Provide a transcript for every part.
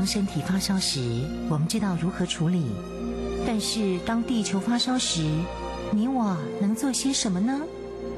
当身体发烧时，我们知道如何处理，但是当地球发烧时，你我能做些什么呢？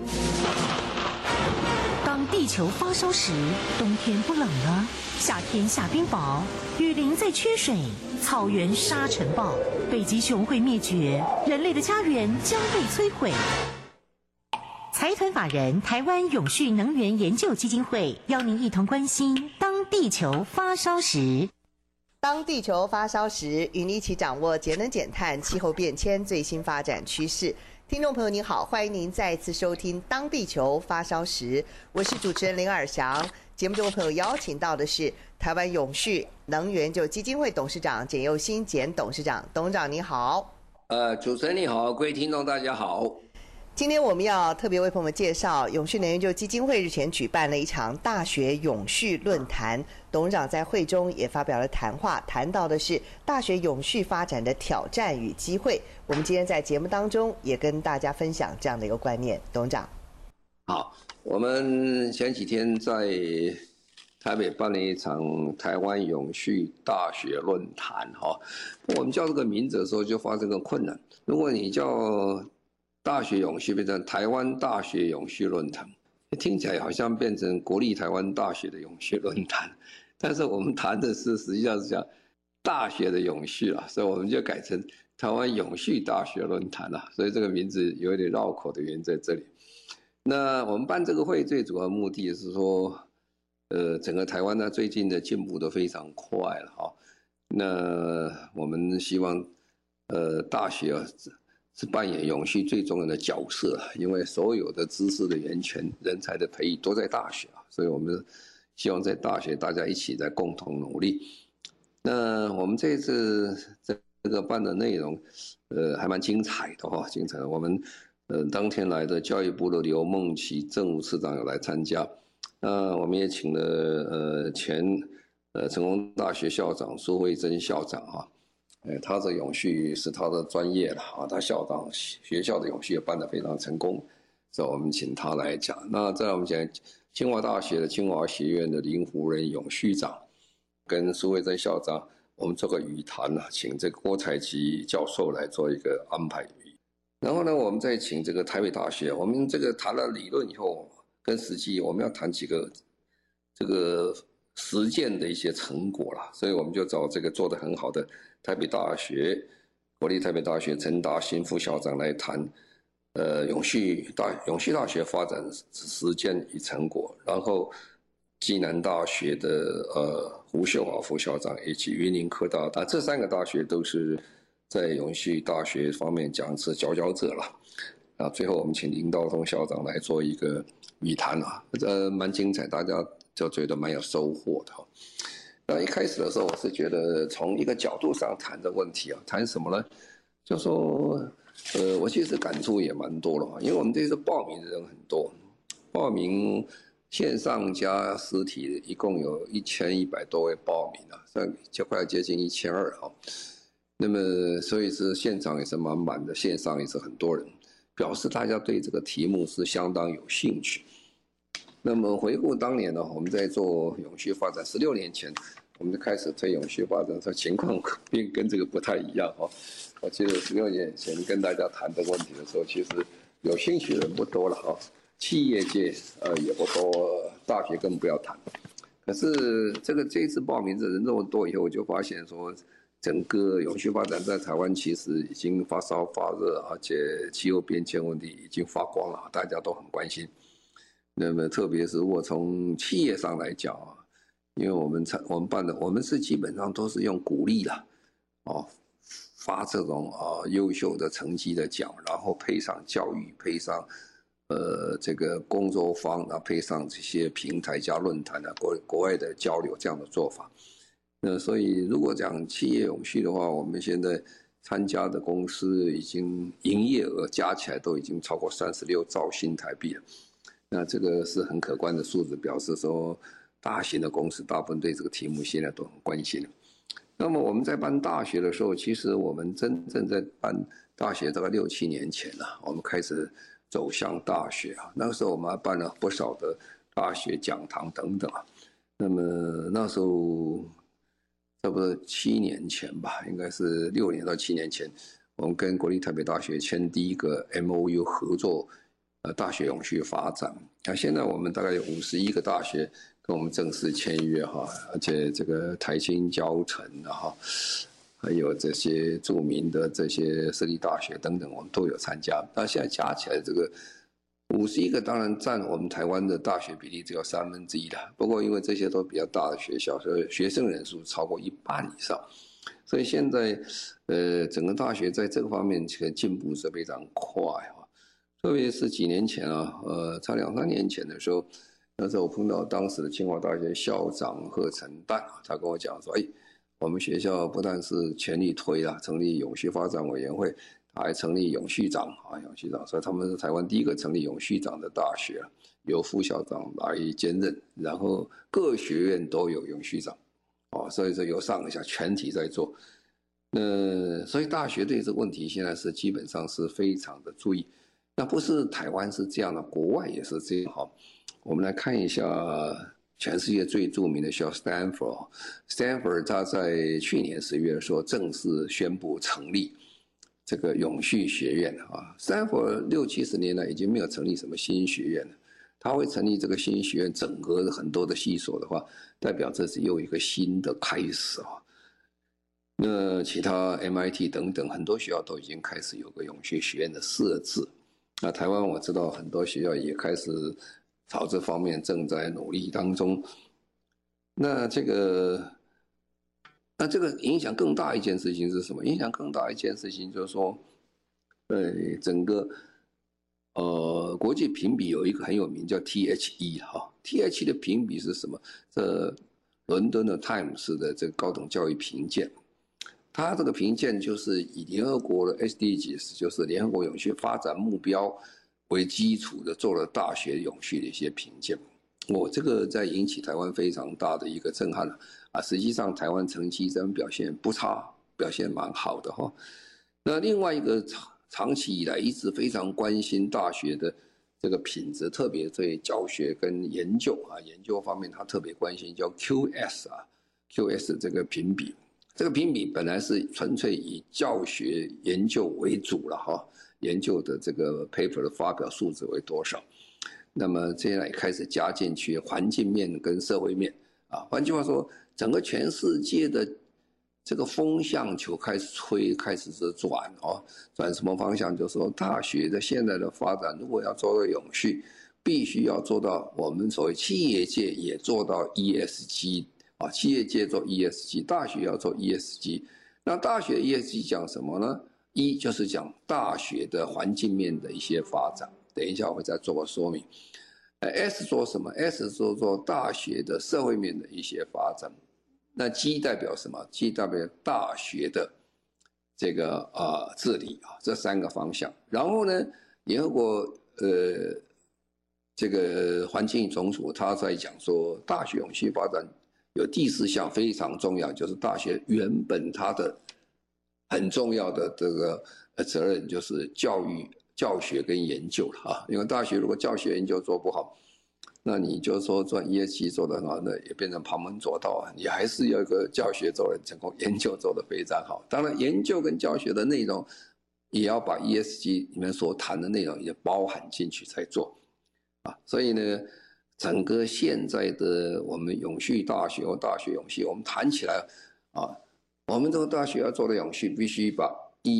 当地球发烧时，冬天不冷了，夏天下冰雹，雨林在缺水，草原沙尘暴，北极熊会灭绝，人类的家园将被摧毁。财团法人台湾永续能源研究基金会邀您一同关心当地球发烧时。 当地球发烧时，与你一起掌握节能减碳、气候变迁最新发展趋势。听众朋友您好，欢迎您再一次收听《当地球发烧时》，我是主持人林尔祥。节目中的朋友邀请到的是台湾永续能源基金会董事长简佑新简董事长，董事长你好。 主持人你好，各位听众大家好。 今天我们要特别为朋友们介绍永续能源基金会日前举办了一场大学永续论坛，董事长在会中也发表了谈话，谈到的是大学永续发展的挑战与机会。我们今天在节目当中也跟大家分享这样的一个观念。董事长好，我们前几天在台北办了一场台湾永续大学论坛我们叫这个名字的时候就发生个困难，如果你叫大学永续变成台湾大学永续论坛，听起来好像变成国立台湾大学的永续论坛，但是我们谈的是实际上是讲大学的永续了，所以我们就改成台湾永续大学论坛了，所以这个名字有点绕口的原因在这里。那我们办这个会最主要的目的是说，整个台湾呢最近的进步都非常快了那我们希望大学是扮演永续最重要的角色，因为所有的知识的源泉、人才的培育都在大学所以我们希望在大学大家一起在共同努力。那我们这次这个办的内容，还蛮精彩的精彩的。我们当天来的教育部的刘梦琪政务次长有来参加，我们也请了前成功大学校长苏慧珍校长他的永续是他的专业了他校长学校的永续也办得非常成功，所以我们请他来讲。那再来我们讲清华大学的清华学院的林福仁永续长跟苏慧珍校长，我们做个语谈请这个郭采吉教授来做一个安排。然后呢，我们再请这个台北大学，我们这个谈了理论以后跟实际，我们要谈几个这个实践的一些成果了，所以我们就找这个做得很好的台北大学国立台北大学陈达新副校长来谈永续大学发展实践与成果，然后暨南大学的胡秀华副校长以及云林科大这三个大学都是在永续大学方面讲是佼佼者了最后我们请林道东校长来做一个语谈蛮精彩，大家就觉得蛮有收获的那一开始的时候，我是觉得从一个角度上谈的问题谈什么呢？就说我其实感触也蛮多了因为我们这次报名的人很多，报名线上加实体一共有1100多位报名就快要接近1200那么所以是现场也是满满的，线上也是很多人，表示大家对这个题目是相当有兴趣。那么回顾当年我们在做永续发展16年前我们就开始推永续发展，说情况并跟这个不太一样我记得16年前跟大家谈这个问题的时候，其实有兴趣的人不多了企业界也不多，大学更不要谈。可是这次报名的人这么多以后，我就发现说整个永续发展在台湾其实已经发烧发热，而且气候变迁问题已经发光了，大家都很关心。那么特别是如果从企业上来讲因为我们办的，我们是基本上都是用鼓励啦发这种优秀的成绩的奖，然后配上教育，配上这个工作坊配上这些平台加论坛国外的交流这样的做法。那所以如果讲企业永续的话，我们现在参加的公司已经营业额加起来都已经超过36兆新台币了。那这个是很可观的数字，表示说大型的公司大部分对这个题目现在都很关心。那么我们在办大学的时候，其实我们真正在办大学大概6、7年前我们开始走向大学那个时候我们还办了不少的大学讲堂等等那么那时候差不多7年前吧，应该是6年到7年前，我们跟国立台北大学签第一个 MOU 合作，大学永续发展。那现在我们大概有51个大学跟我们正式签约哈，而且这个台清交成哈，还有这些著名的这些私立大学等等，我们都有参加。那现在加起来这个51个，当然占我们台湾的大学比例只有1/3了。不过因为这些都比较大的学校，所以学生人数超过1半以上，所以现在整个大学在这个方面其实进步是非常快啊。特别是几年前啊，差2-3年前的时候，那时候我碰到当时的清华大学校长贺成旦，他跟我讲说，我们学校不但是全力推啊，成立永续发展委员会，还成立永续长啊，永续长，所以他们是台湾第一个成立永续长的大学，由副校长来兼任，然后各学院都有永续长，所以说由上而下全体在做。所以大学对这个问题现在是基本上是非常的注意。那不是台湾是这样的，国外也是这样哈。我们来看一下全世界最著名的学校 Stanford， 它在去年10月的时候正式宣布成立这个永续学院啊。Stanford 60-70年来已经没有成立什么新学院了，它会成立这个新学院，整合很多的系所的话，代表这是又一个新的开始啊。那其他 MIT 等等很多学校都已经开始有个永续学院的设置。那台湾我知道很多学校也开始朝这方面正在努力当中。那这个影响更大一件事情是什么？影响更大一件事情就是说，整个国际评比有一个很有名叫 THE 哈 ，THE 的评比是什么？这伦敦的 Times 的这个高等教育评鉴。它这个评鉴就是以联合国的 SDGs， 就是联合国永续发展目标为基础的，做了大学永续的一些评鉴。这个在引起台湾非常大的一个震撼啊！实际上台湾成绩真表现不差，表现蛮好的哈。那另外一个长期以来一直非常关心大学的这个品质，特别对教学跟研究啊，研究方面他特别关心，叫 QS 这个评比。这个评比本来是纯粹以教学研究为主了哈，研究的这个 paper 的发表数字为多少，那么现在也开始加进去环境面跟社会面啊。换句话说，整个全世界的这个风向球开始吹，开始是转转什么方向？就是说大学的现在的发展，如果要做到永续，必须要做到我们所谓企业界也做到 ESG。企业界做 ESG， 大学要做 ESG。那大学 ESG 讲什么呢？一就是讲大学的环境面的一些发展，等一下我会再做个说明。S 做什么 ？S 做大学的社会面的一些发展。那 G 代表什么 ？G 代表大学的这个治理啊，这3个方向。然后呢，联合国这个环境总署他在讲说，大学永续发展。有第4项非常重要，就是大学原本它的很重要的这个责任就是教学跟研究了因为大学如果教学研究做不好，那你就说做 ESG 做得很好，那也变成旁门左道你还是要一个教学做得成功，研究做得非常好。当然，研究跟教学的内容也要把 ESG 里面所谈的内容也包含进去才做所以呢。整个现在的我们永续大学或大学永续，我们谈起来我们这个大学要做的永续，必须把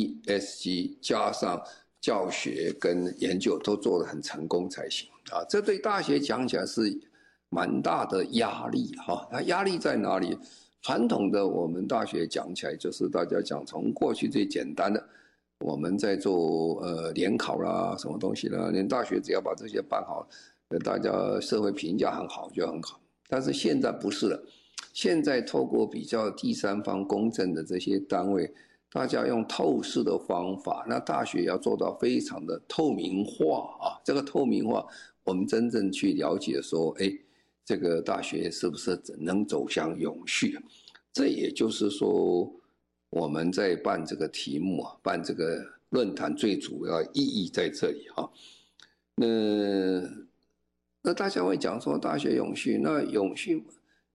ESG 加上教学跟研究都做得很成功才行这对大学讲起来是蛮大的压力它压力在哪里？传统的我们大学讲起来就是大家讲从过去最简单的，我们在做联考啦，什么东西啦，连大学只要把这些办好。大家社会评价很好就很好，但是现在不是了。现在透过比较第3方公正的这些单位，大家用透视的方法，那大学要做到非常的透明化这个透明化，我们真正去了解说，这个大学是不是能走向永续？这也就是说，我们在办这个题目办这个论坛最主要意义在这里那大家会讲说大学永续，那永续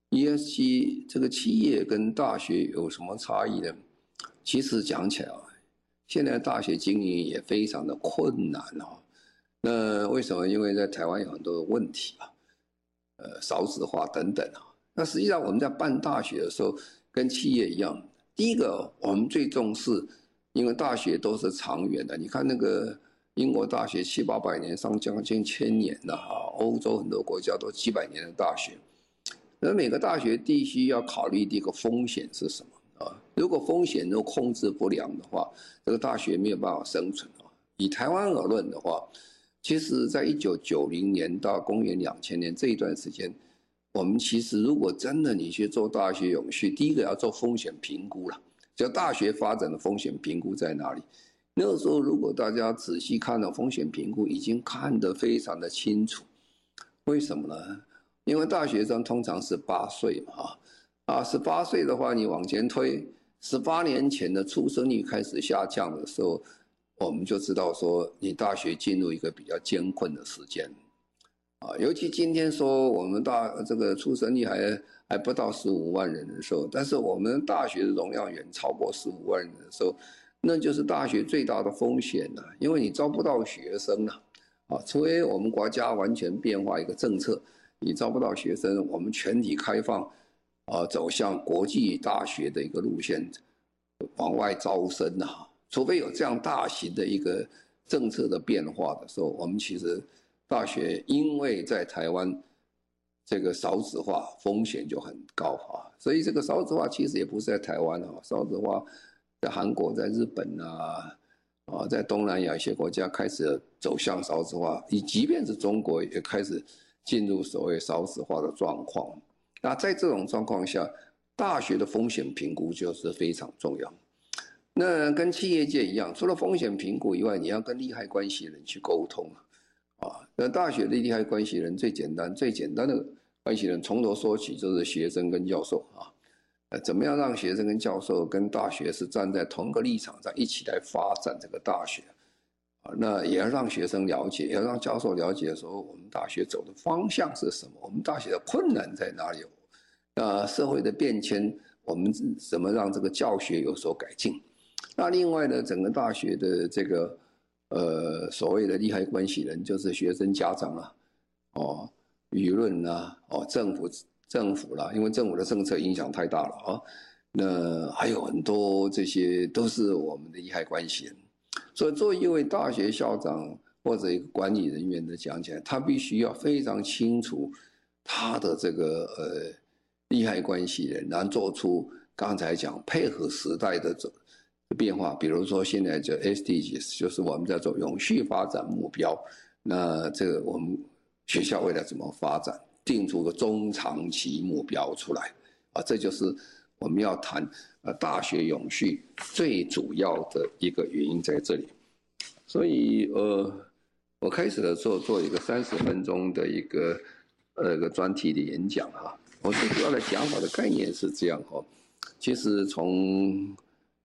ESG 这个企业跟大学有什么差异呢？其实讲起来啊，现在大学经营也非常的困难啊。那为什么？因为在台湾有很多问题啊，少子化等等啊。那实际上我们在办大学的时候，跟企业一样，第一个我们最重视，因为大学都是长远的。你看那个英国大学700-800年，上将近1000年了啊，欧洲很多国家都几百年的大学。那每个大学必须要考虑的一个风险是什么啊？如果风险都控制不良的话，这个大学没有办法生存啊。以台湾而论的话，其实在1990年到公元2000年这一段时间，我们其实如果真的你去做大学永续，第一个要做风险评估了，就大学发展的风险评估在哪里？那个时候如果大家仔细看了风险评估，已经看得非常的清楚。为什么呢？因为大学生通常18岁嘛，18岁的话，你往前推，18年前的出生率开始下降的时候，我们就知道说你大学进入一个比较艰困的时间啊。尤其今天说我们这个出生率还不到15万人的时候，但是我们大学的容量远超过15万人的时候，那就是大学最大的风险了，因为你招不到学生了啊，除非我们国家完全变化一个政策。你招不到学生，我们全体开放，走向国际大学的一个路线，往外招生啊。除非有这样大型的一个政策的变化的时候，我们其实大学因为在台湾这个少子化风险就很高啊，所以这个少子化其实也不是在台湾啊，少子化在韩国、在日本在东南亚一些国家开始走向少子化，即便是中国也开始进入所谓少子化的状况。那在这种状况下，大学的风险评估就是非常重要。那跟企业界一样，除了风险评估以外，你要跟利害关系人去沟通那大学的利害关系人最简单的关系人从头说起就是学生跟教授怎么样让学生跟教授跟大学是站在同一个立场上一起来发展这个大学那也要让学生了解，也要让教授了解说我们大学走的方向是什么，我们大学的困难在哪里，社会的变迁我们怎么让这个教学有所改进。那另外呢，整个大学的这个所谓的利害关系人就是学生家长舆论政府啦，因为政府的政策影响太大了那还有很多这些都是我们的利害关系人。所以作为一位大学校长或者一个管理人员的讲起来，他必须要非常清楚他的这个利害关系人，然后做出刚才讲配合时代的变化，比如说现在就 SDGs 就是我们在做永续发展目标，那这个我们学校未来怎么发展，定出个中长期目标出来这就是我们要谈大学永续最主要的一个原因在这里。所以我开始的时候做一个30分钟的一个专题的演讲我最主要的讲法的概念是这样其实从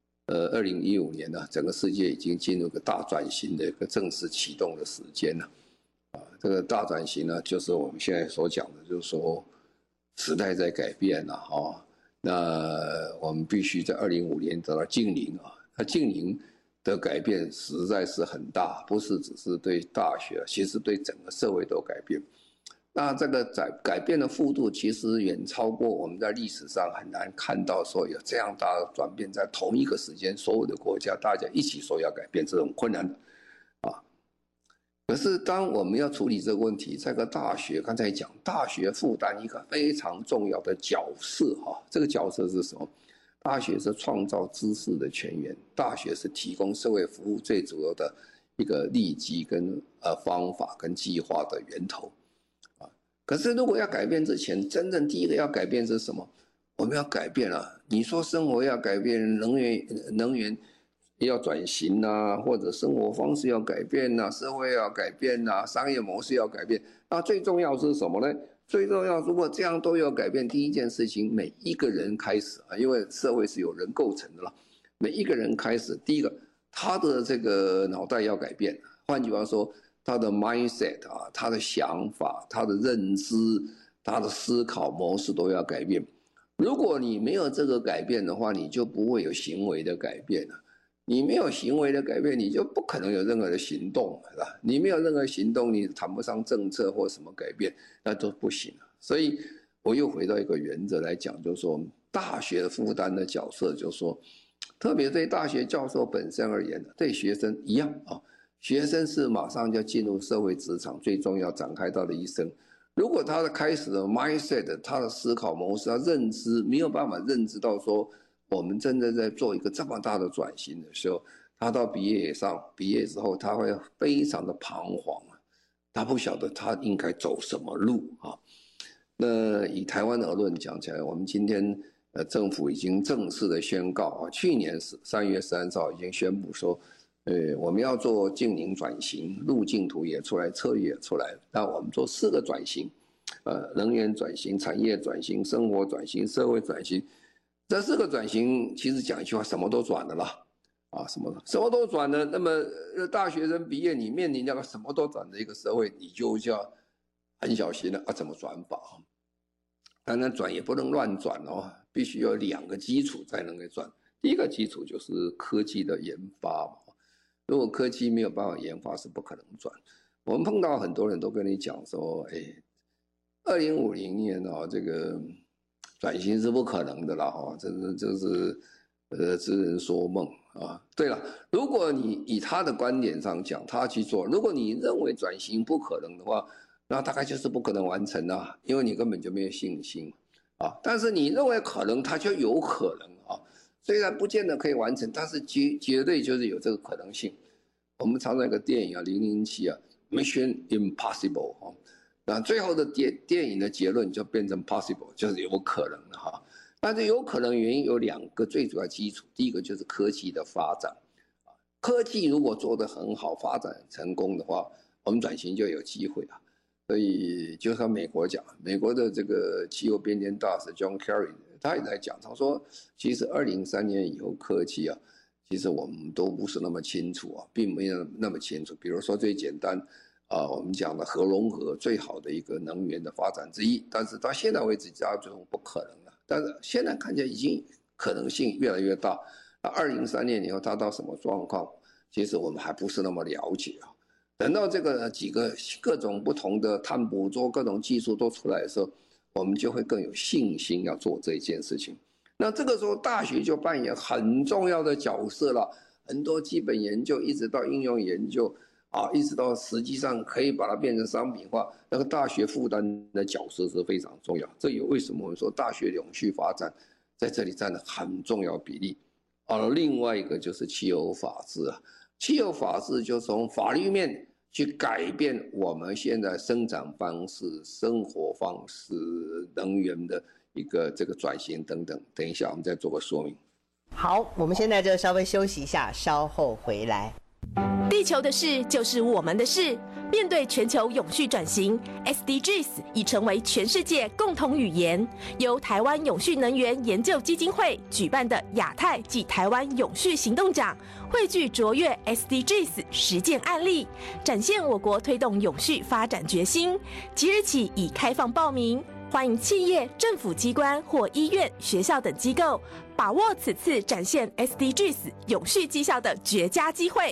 2015年呢，整个世界已经进入一个大转型的一个正式启动的时间了这个大转型呢，就是我们现在所讲的，就是说时代在改变了那我们必须在2050年得到净零那净零的改变实在是很大，不是只是对大学，其实对整个社会都改变。那这个改变的幅度其实远超过我们在历史上很难看到说有这样大的转变，在同一个时间所有的国家大家一起说要改变，这种困难的可是当我们要处理这个问题，这个大学刚才讲，大学负担一个非常重要的角色这个角色是什么？大学是创造知识的泉源，大学是提供社会服务最主要的一个利基跟方法跟计划的源头可是如果要改变之前，真正第一个要改变是什么？我们要改变你说生活要改变，能源要转型或者生活方式要改变社会要改变商业模式要改变。那最重要是什么呢？最重要，如果这样都要改变，第一件事情，每一个人开始因为社会是由人构成的了，每一个人开始，第一个，他的这个脑袋要改变，换句话说，他的 mindset他的想法，他的认知， 他的思考模式都要改变。如果你没有这个改变的话，你就不会有行为的改变了。你没有行为的改变，你就不可能有任何的行动，是吧？你没有任何行动，你谈不上政策或什么改变，那都不行了。所以我又回到一个原则来讲，就是说大学的负担的角色，就是说，特别对大学教授本身而言，对学生一样啊。学生是马上就进入社会职场最重要展开到的一生。如果他的开始的 mindset， 他的思考模式，他认知没有办法认知到说，我们真的在做一个这么大的转型的时候，他到毕业之后，他会非常的彷徨，他不晓得他应该走什么路啊。那以台湾而论讲起来，我们今天政府已经正式的宣告啊，去年3月13号已经宣布说，我们要做净零转型，路径图也出来，策略也出来，那我们做4个转型，能源转型、产业转型、生活转型、社会转型。这4个转型其实讲一句话，什么都转的啦，啊，什么都转的。那么大学生毕业，你面临那个什么都转的一个社会，你就要很小心了啊，怎么转法？当然转也不能乱转哦，必须有2个基础才能够转。第一个基础就是科技的研发嘛，如果科技没有办法研发，是不可能转。我们碰到很多人都跟你讲说，2050年啊，这个转型是不可能的啦，哈，这是痴人说梦啊。对了，如果你以他的观点上讲，他去做，如果你认为转型不可能的话，那大概就是不可能完成啊，因为你根本就没有信心啊。但是你认为可能，它就有可能啊。虽然不见得可以完成，但是绝对就是有这个可能性。我们常常有个电影啊，007啊 ，Mission Impossible 啊。那最后的电影的结论就变成 possible， 就是有可能的哈。但是有可能原因有2个最主要基础，第一个就是科技的发展，科技如果做得很好，发展成功的话，我们转型就有机会啊。所以就像美国讲，美国的这个气候变迁大使 John Kerry 他也在讲，他说其实2030年以后科技啊，其实我们都不是那么清楚啊，并没有那么清楚。比如说最简单。我们讲的核融合最好的一个能源的发展之一，但是到现在为止，大家最后不可能了。但是现在看起来已经可能性越来越大。那2030年以后它到什么状况，其实我们还不是那么了解啊。等到这个几个各种不同的碳捕捉各种技术都出来的时候，我们就会更有信心要做这件事情。那这个时候大学就扮演很重要的角色了，很多基本研究一直到应用研究。一直到实际上可以把它变成商品化，那个大学负担的角色是非常重要。这也为什么我们说大学永续发展在这里占了很重要比例。另外一个就是气候法治啊，气候法治就从法律面去改变我们现在生产方式、生活方式、能源的一个这个转型等等。等一下我们再做个说明。 好，我们现在就稍微休息一下，稍后回来。 地球的事就是我们的事。面对全球永续转型 ，SDGs 已成为全世界共同语言。由台湾永续能源研究基金会举办的亚太暨台湾永续行动奖，汇聚卓越 SDGs 实践案例，展现我国推动永续发展决心。即日起已开放报名，欢迎企业、政府机关或医院、学校等机构把握此次展现 SDGs 永续绩效的绝佳机会。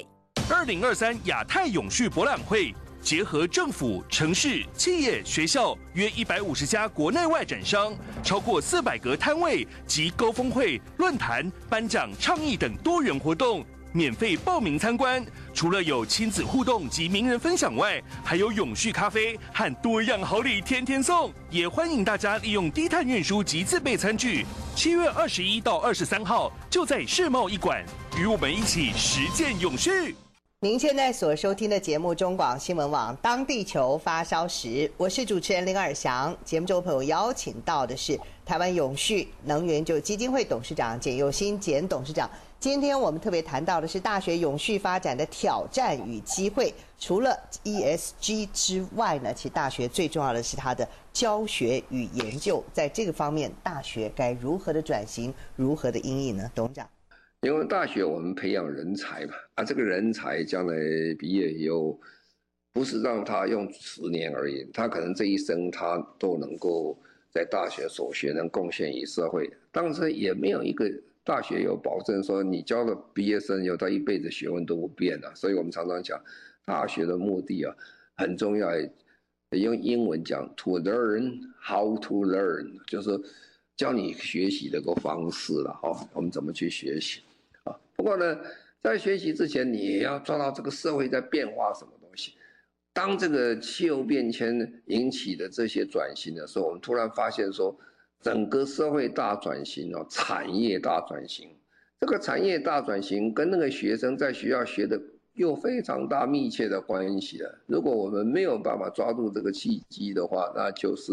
2023亚太永续博览会结合政府、城市、企业、学校约150家国内外展商，超过400个摊位及高峰会、论坛、颁奖、倡议等多元活动，免费报名参观。除了有亲子互动及名人分享外，还有永续咖啡和多样好礼天天送。也欢迎大家利用低碳运输及自备餐具。7月21到23号就在世贸一馆，与我们一起实践永续。 您现在所收听的节目中广新闻网《当地球发烧时》，我是主持人林尔翔。节目中朋友邀请到的是台湾永续能源研究基金会董事长简佑新简董事长。今天我们特别谈到的是大学永续发展的挑战与机会。除了 ESG 之外呢，其实大学最重要的是它的教学与研究。在这个方面，大学该如何的转型，如何的因应呢？董事长。 因为大学我们培养人才嘛，这个人才将来毕业以后不是让他用10年而已，他可能这一生他都能够在大学所学能贡献于社会。当时也没有一个大学有保证说你教了毕业生以后他一辈子学问都不变了，所以我们常常讲大学的目的啊很重要，用英文讲 to learn how to learn， 就是教你学习的个方式了我们怎么去学习不过呢，在学习之前，你也要抓到这个社会在变化什么东西。当这个气候变迁引起的这些转型的时候，我们突然发现说，整个社会大转型产业大转型，这个产业大转型跟那个学生在学校学的有非常大密切的关系了。如果我们没有办法抓住这个契机的话，那就是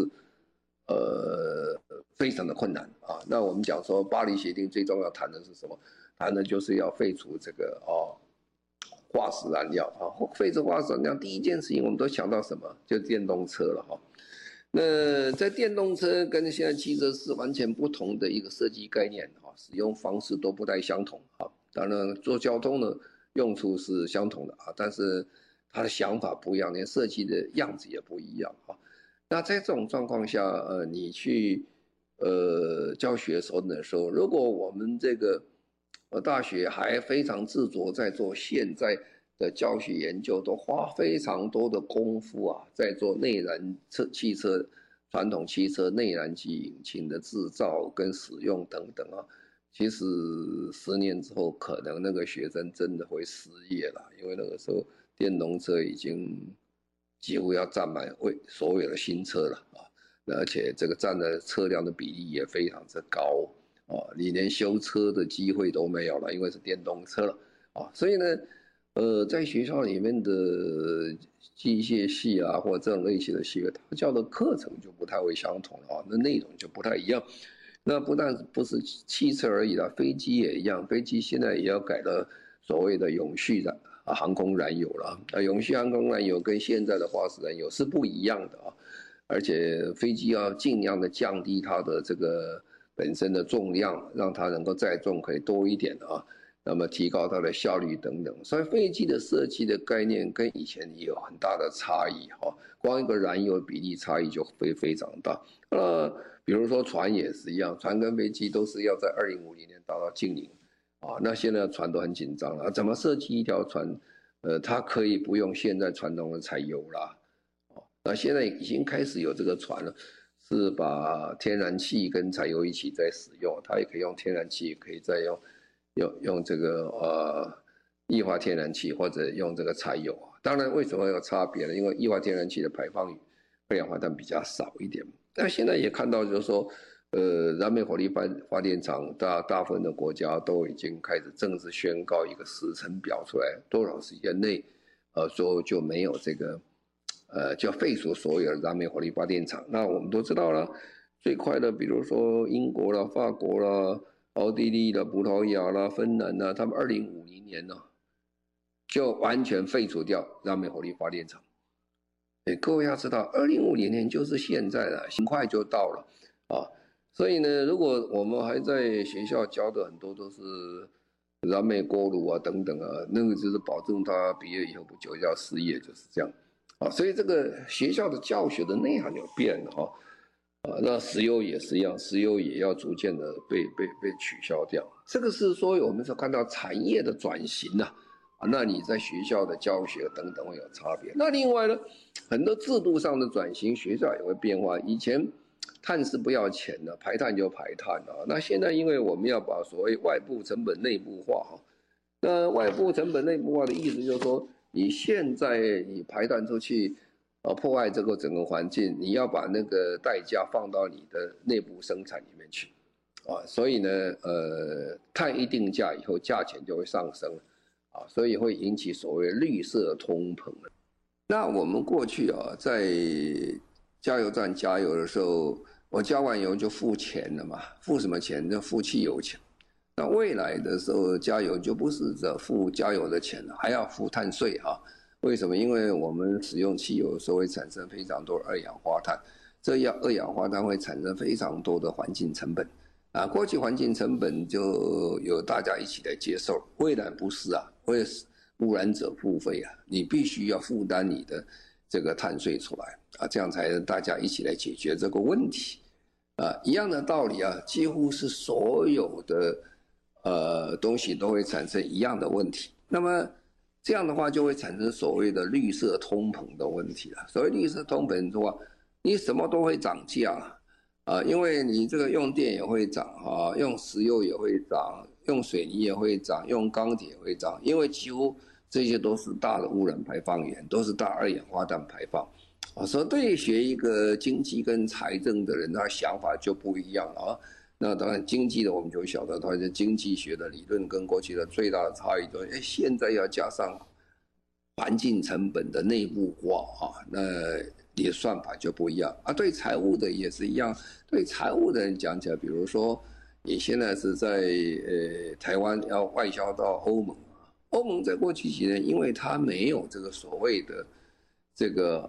非常的困难那我们讲说巴黎协定最重要谈的是什么？谈的就是要废除这个化石燃料废除化石燃料第一件事情我们都想到什么？就电动车了那在电动车跟现在汽车是完全不同的一个设计概念使用方式都不太相同当然做交通呢用处是相同的但是它的想法不一样，连设计的样子也不一样那在这种状况下你去教学的时候，如果我们这个大学还非常执着在做现在的教学研究，都花非常多的功夫在做内燃汽车、传统汽车内燃机引擎的制造跟使用等等其实10年之后，可能那个学生真的会失业了，因为那个时候电动车已经几乎要占满所有的新车了而且这个占的车辆的比例也非常之高你连修车的机会都没有了，因为是电动车了所以呢在学校里面的机械系或者这种类型的系，他教的课程就不太会相同了那内容就不太一样。那不但不是汽车而已啦，飞机也一样，飞机现在也要改了所谓的永续的航空燃油了永续航空燃油跟现在的化石燃油是不一样的而且飞机要尽量的降低它的这个本身的重量，让它能够载重可以多一点那么提高它的效率等等。所以飞机的设计的概念跟以前也有很大的差异光一个燃油比例差异就非常大比如说船也是一样，船跟飞机都是要在2050年达到净零那现在船都很紧张了怎么设计一条船它可以不用现在传统的柴油啦那现在已经开始有这个船了，是把天然气跟柴油一起在使用，它也可以用天然气，可以再用这个液化天然气或者用这个柴油当然为什么有差别呢？因为液化天然气的排放二氧化碳比较少一点。那现在也看到就是说燃煤火力发电厂大部分的国家都已经开始正式宣告一个时程表出来，多少时间内说就没有这个就要废除所有的燃煤火力发电厂。那我们都知道了，最快的比如说英国啦、法国啦、奥地利啦、葡萄牙啦、芬兰啦，他们2050年就完全废除掉燃煤火力发电厂。各位要知道2050年就是现在了，很快就到了所以呢，如果我们还在学校教的很多都是燃煤锅炉等等那个就是保证他毕业以后不久要失业，就是这样所以这个学校的教学的内涵有变了那石油也是一样，石油也要逐渐的被取消掉。这个是说我们所看到产业的转型那你在学校的教学等等会有差别。那另外呢，很多制度上的转型，学校也会变化。以前碳是不要钱的，排碳就排碳那现在因为我们要把所谓外部成本内部化那外部成本内部化的意思就是说，你现在你排碳出去破坏这个整个环境，你要把那个代价放到你的内部生产里面去所以呢碳一定价以后价钱就会上升所以会引起所谓绿色通膨。那我们过去在加油站加油的时候，我加完油就付钱了嘛，付什么钱？就付汽油钱。那未来的时候加油就不是只付加油的钱了，还要付碳税为什么？因为我们使用汽油的时候会产生非常多的二氧化碳，这二氧化碳会产生非常多的环境成本过去环境成本就由大家一起来接受，未来不是污染者付费啊，你必须要负担你的这个碳税出来啊，这样才能大家一起来解决这个问题啊。一样的道理啊，几乎是所有的东西都会产生一样的问题。那么这样的话就会产生所谓的绿色通膨的问题了。所谓绿色通膨的话，你什么都会涨价啊，因为你这个用电也会涨啊，用石油也会涨，用水泥也会涨，用钢铁也会涨，因为几乎这些都是大的污染排放源，都是大二氧化碳排放啊。所以对学一个经济跟财政的人，他想法就不一样了啊。那当然，经济的我们就晓得，它的经济学的理论跟过去的最大的差异就是，现在要加上环境成本的内部化啊，那你的算法就不一样啊。对财务的也是一样，对财务的人讲起来，比如说你现在是在台湾要外销到欧盟，欧盟在过去几年，因为它没有这个所谓的这个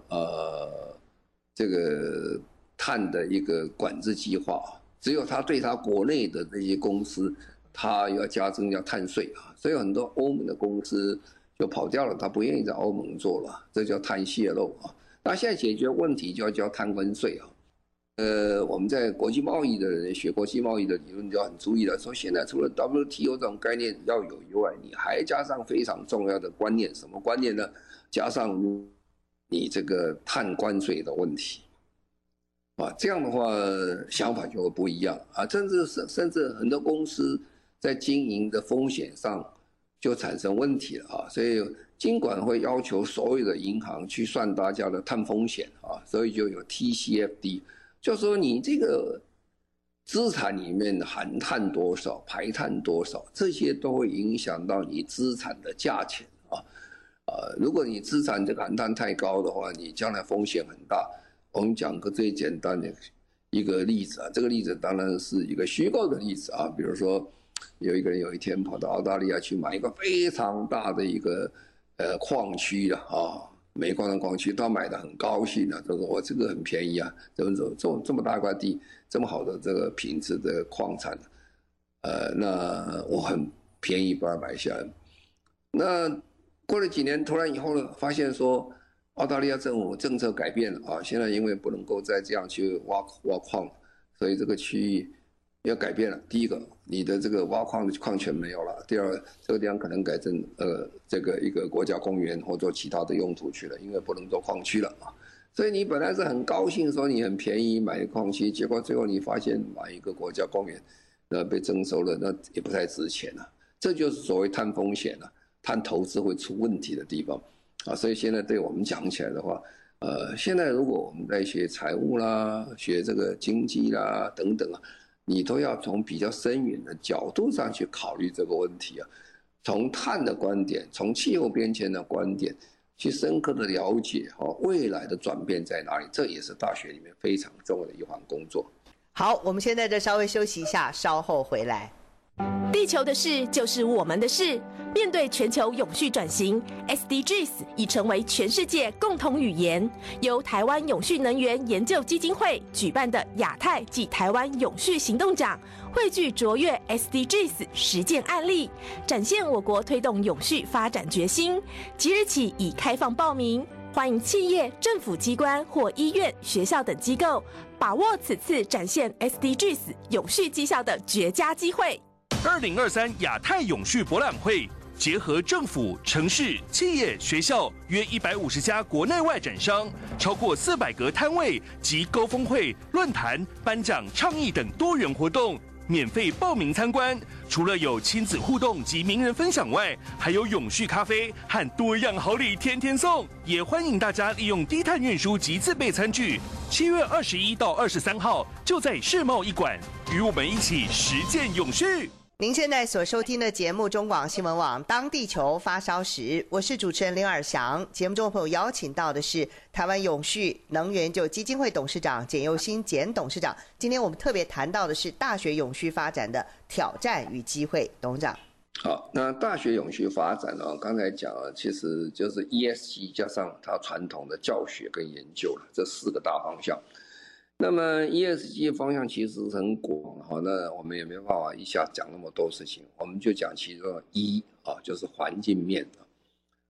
碳的一个管制计划。只有他对他国内的这些公司，他要加征要碳税啊，所以很多欧盟的公司就跑掉了，他不愿意在欧盟做了，这叫碳泄漏啊。那现在解决问题就要交碳关税啊。我们在国际贸易的人学国际贸易的理论就要很注意了，说现在除了 WTO 这种概念要有以外，你还加上非常重要的观念，什么观念呢？加上你这个碳关税的问题。啊，这样的话想法就会不一样啊，甚至很多公司在经营的风险上就产生问题了啊，所以金管会要求所有的银行去算大家的碳风险啊，所以就有 TCFD， 就说你这个资产里面含碳多少、排碳多少，这些都会影响到你资产的价钱啊。如果你资产这个含碳太高的话，你将来风险很大。我们讲个最简单的一个例子啊，这个例子当然是一个虚构的例子啊。比如说，有一个人有一天跑到澳大利亚去买一个非常大的一个矿区了啊，煤矿的矿区，他买的很高兴啊，他说我这个很便宜啊，这么大块地，这么好的这个品质的矿产，那我很便宜把它买下来。那过了几年，突然以后呢，发现说，澳大利亚政府政策改变了啊，现在因为不能够再这样去挖矿，所以这个区域要改变了。第一个，你的这个挖矿的矿权没有了；第二，这个地方可能改成这个一个国家公园或者其他的用途去了，因为不能做矿区了啊。所以你本来是很高兴说你很便宜买矿区，结果最后你发现买一个国家公园，那被征收了，那也不太值钱了。这就是所谓碳风险了，碳投资会出问题的地方。啊，所以现在对我们讲起来的话，现在如果我们在学财务啦、学这个经济啦等等啊，你都要从比较深远的角度上去考虑这个问题啊，从碳的观点，从气候变迁的观点，去深刻的了解未来的转变在哪里，这也是大学里面非常重要的一环工作。 好，我们现在就稍微休息一下，稍后回来。 地球的事就是我们的事。面对全球永续转型 ，SDGs 已成为全世界共同语言。由台湾永续能源研究基金会举办的亚太暨台湾永续行动奖，汇聚卓越 SDGs 实践案例，展现我国推动永续发展决心。即日起已开放报名，欢迎企业、政府机关或医院、学校等机构把握此次展现 SDGs 永续绩效的绝佳机会。 2023亚太永续博览会结合政府、城市、企业、学校约150家国内外展商，超过400个摊位及高峰会、论坛、颁奖、倡议等多元活动，免费报名参观。除了有亲子互动及名人分享外，还有永续咖啡和多样好礼天天送。也欢迎大家利用低碳运输及自备餐具。7月21到23号就在世贸1馆，与我们一起实践永续。 您现在所收听的节目中广新闻网《当地球发烧时》，我是主持人林尔翔。节目中的朋友邀请到的是台湾永续能源就基金会董事长简佑新简董事长。今天我们特别谈到的是大学永续发展的挑战与机会。董事长， 好，那大学永续发展呢？刚才讲了，其实就是 ESG 加上它传统的教学跟研究了，这4个大方向。那么 ESG 方向其实很广，那我们也没办法一下讲那么多事情，我们就讲其中1就是环境面。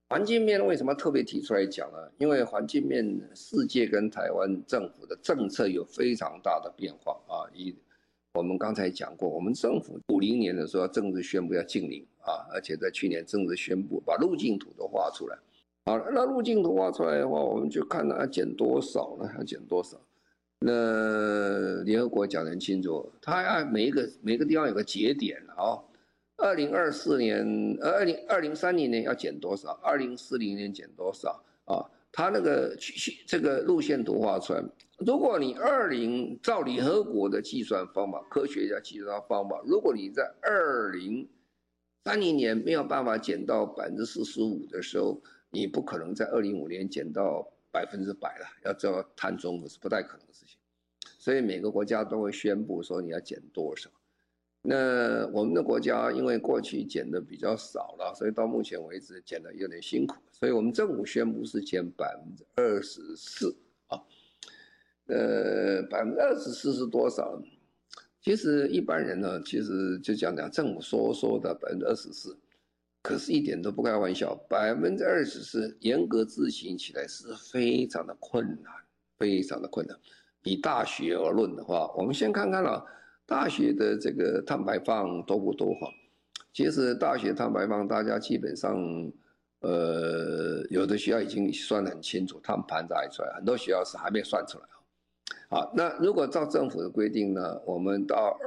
环境面为什么特别提出来讲呢？因为环境面世界跟台湾政府的政策有非常大的变化啊。我们刚才讲过，我们政府50年的时候要正式宣布要净零啊，而且在去年正式宣布把路径图都画出来。好，那路径图画出来的话，我们就看要减多少呢？要减多少？那联合国讲得很清楚，它要每个地方有个节点啊。2024年2030年要减多少，2040年减多少啊？它那个这个路线图画出来，如果你照联合国的计算方法，科学家计算方法，如果你在2030年没有办法减到45%的时候，你不可能在2050年减到100%了，要做碳中和是不太可能的事情。所以每个国家都会宣布说你要减多少。那我们的国家因为过去减的比较少了，所以到目前为止减的有点辛苦，所以我们政府宣布是减24%啊。24%是多少？其实一般人呢，其实就讲政府说的24%，可是一点都不开玩笑，24%严格执行起来是非常的困难，非常的困难。以大学而论的话，我们先看看了。大学的这个碳排放多不多哈？其实大学碳排放大家基本上，有的学校已经算得很清楚，碳盘查出来，很多学校是还没算出来。好，那如果照政府的规定呢，我们到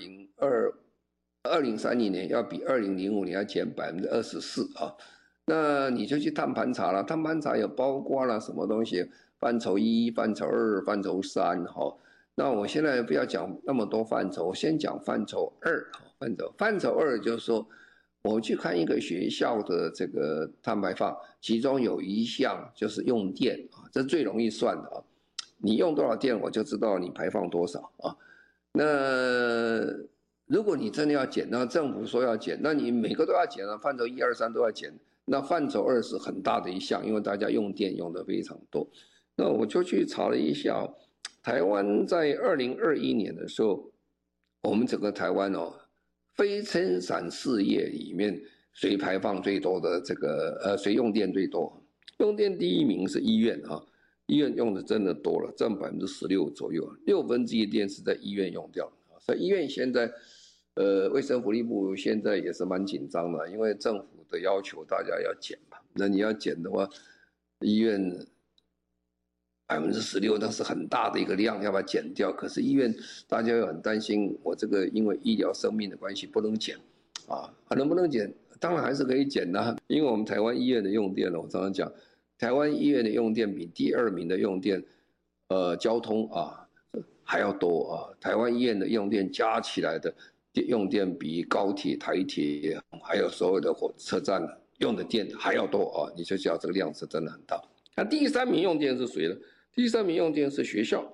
2030年要比2005年要减24%啊。那你就去碳盘查了，碳盘查有包括了什么东西？范畴1、范畴2、范畴3哈。那我现在不要讲那么多范畴，先讲范畴2。范畴2就是说，我去看一个学校的这个碳排放，其中有一项就是用电啊，这最容易算的啊。你用多少电，我就知道你排放多少啊。那如果你真的要减，那政府说要减，那你每个都要减啊，范畴1、2、3都要减。那范畴2是很大的一项，因为大家用电用的非常多。那我就去查了一下。台湾在2021年的时候，我们整个台湾非生产事业里面水排放最多的这个水用电最多，用电第1名是医院啊，医院用的真的多了，占16%左右，1/6电是在医院用掉了，所以医院现在卫生福利部现在也是蛮紧张的，因为政府的要求大家要减嘛，那你要减的话，医院。16%那是很大的一个量，要把它减掉。可是医院大家又很担心，我这个因为医疗生命的关系不能减，能不能减？当然还是可以减的，因为我们台湾医院的用电呢，我常常讲，台湾医院的用电比第2名的用电，交通还要多啊。台湾医院的用电加起来的用电比高铁、台铁还有所有的火车站用的电还要多啊，你就知道这个量是真的很大。那第3名用电是谁呢？第3名用电是学校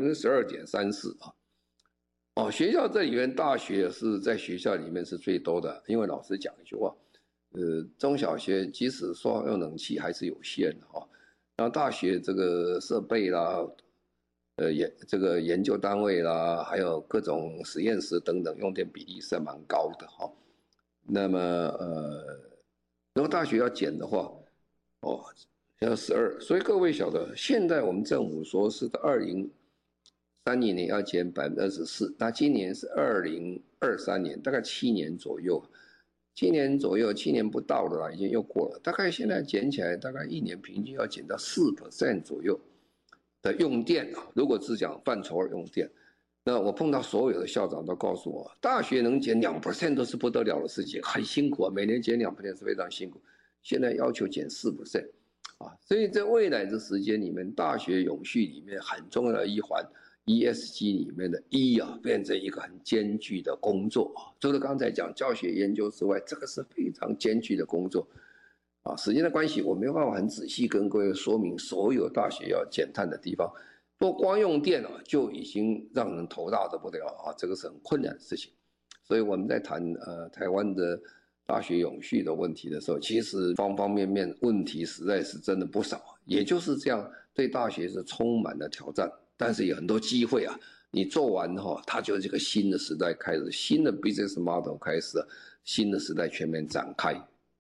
，12.34%啊。学校这里面大学是在学校里面是最多的，因为老师讲一句话，中小学即使说用冷气还是有限的啊。然后大学这个设备啦，这个研究单位啦，还有各种实验室等等，用电比例是蛮高的哈。那么如果大学要减的话，要12%，所以各位晓得，现在我们政府说是2030年要减24%，那今年是2023年，大概7年左右，7年不到的啦，已经又过了，大概现在减起来，大概1年平均要减到4% 左右的用电啊。如果只讲范畴2用电，那我碰到所有的校长都告诉我，大学能减2% 都是不得了的事情，很辛苦啊，每年减2% 是非常辛苦，现在要求减4%。所以在未来的时间里面，大学永续里面很重要的一环 ，ESG 里面的 E 变成一个很艰巨的工作除了刚才讲教学研究之外，这个是非常艰巨的工作时间的关系，我没有办法很仔细跟各位说明所有大学要减碳的地方，光用电就已经让人头大的不得了这个是很困难的事情。所以我们在谈台湾的大学永续的问题的时候，其实方方面面问题实在是真的不少，也就是这样，对大学是充满了挑战，但是有很多机会你做完它就是一个新的时代开始，新的 business model 开始，新的时代全面展开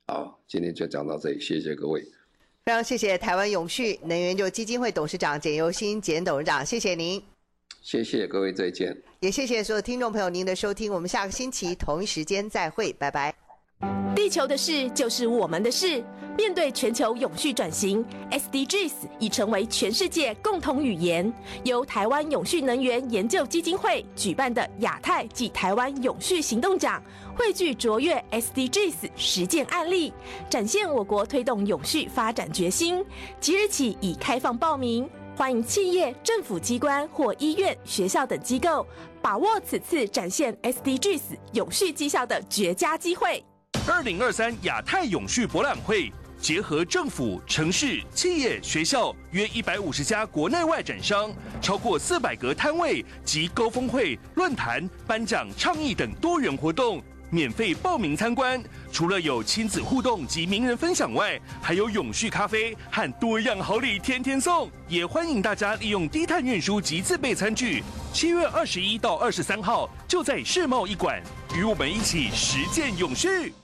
好，今天就讲到这里，谢谢各位。 非常谢谢台湾永续能源基金会董事长简尤新简董事长，谢谢您。 谢谢各位，再见。 也谢谢所有听众朋友您的收听，我们下个星期同一时间再会，拜拜。 地球的事就是我们的事。面对全球永续转型 ，SDGs 已成为全世界共同语言。由台湾永续能源研究基金会举办的亚太暨台湾永续行动奖，汇聚卓越 SDGs 实践案例，展现我国推动永续发展决心。即日起已开放报名，欢迎企业、政府机关或医院、学校等机构把握此次展现 SDGs 永续绩效的绝佳机会。 2023亚太永续博览会结合政府、城市、企业、学校约150家国内外展商，超过400个摊位及高峰会、论坛、颁奖、倡议等多元活动，免费报名参观。除了有亲子互动及名人分享外，还有永续咖啡和多样好礼天天送。也欢迎大家利用低碳运输及自备餐具。7月21到23号就在世贸1馆，与我们一起实践永续。